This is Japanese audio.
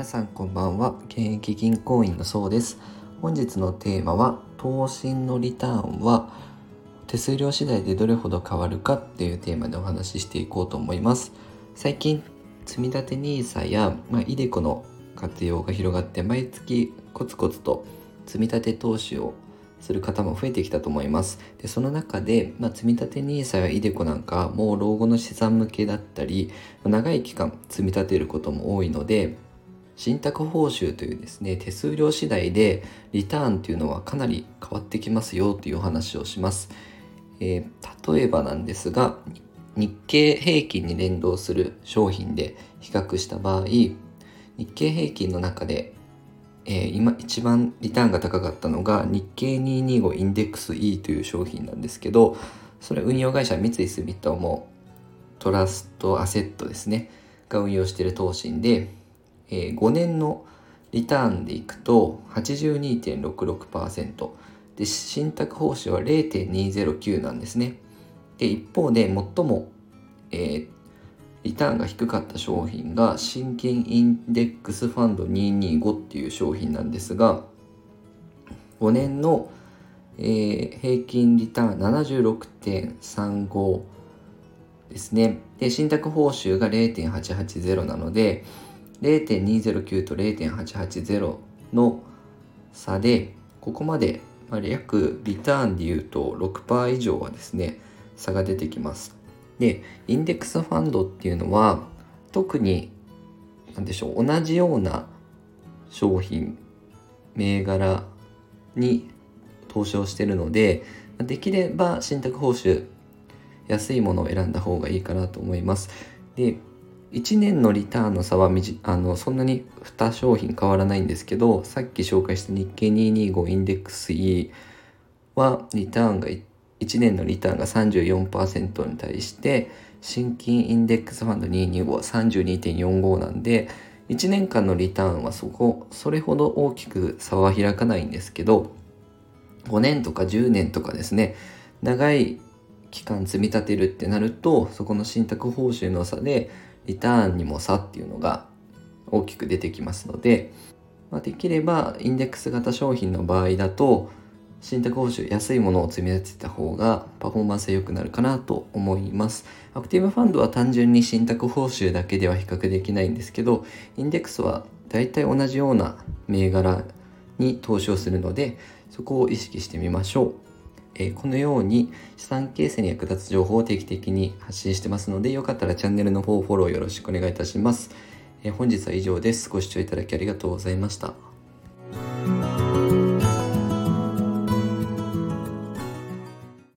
皆さんこんばんは。現役銀行員のそうです。本日のテーマは、投信のリターンは手数料次第でどれほど変わるかっていうテーマでお話ししていこうと思います。最近積立 NISA や、iDeCo の活用が広がって、毎月コツコツと積み立て投資をする方も増えてきたと思います。でその中で、積立 NISA やiDeCoなんかもう老後の資産向けだったり、長い期間積み立てることも多いので、信託報酬というですね、手数料次第でリターンというのはかなり変わってきますよというお話をします。例えばなんですが、日経平均に連動する商品で比較した場合、日経平均の中で、今一番リターンが高かったのが日経225インデックス E という商品なんですけど、それ運用会社三井住友トラストアセットですねが運用している投信で、5年のリターンでいくと 82.66% で、信託報酬は 0.209 なんですね。で一方で最も、リターンが低かった商品が新金インデックスファンド225っていう商品なんですが、5年の、平均リターン 76.35 ですね。で信託報酬が 0.880 なので、0.209 と 0.880 の差で、ここまで約リターンでいうと 6% 以上はですね、差が出てきます。でインデックスファンドっていうのは特に同じような商品銘柄に投資をしているので、できれば信託報酬安いものを選んだ方がいいかなと思います。で1年のリターンの差はそんなに2商品変わらないんですけど、さっき紹介した日経225インデックス E はリターンが1年のリターンが 34% に対して、新金インデックスファンド225は 32.45 なんで、1年間のリターンはそれほど大きく差は開かないんですけど、5年とか10年とかですね、長い期間積み立てるってなると、そこの信託報酬の差でリターンにも差っていうのが大きく出てきますので、できればインデックス型商品の場合だと、信託報酬安いものを積み立てた方がパフォーマンスが良くなるかなと思います。アクティブファンドは単純に信託報酬だけでは比較できないんですけど、インデックスはだいたい同じような銘柄に投資をするので、そこを意識してみましょう。このように資産形成に役立つ情報を定期的に発信してますので、よかったらチャンネルのフォローよろしくお願いいたします。本日は以上です。ご視聴いただきありがとうございました。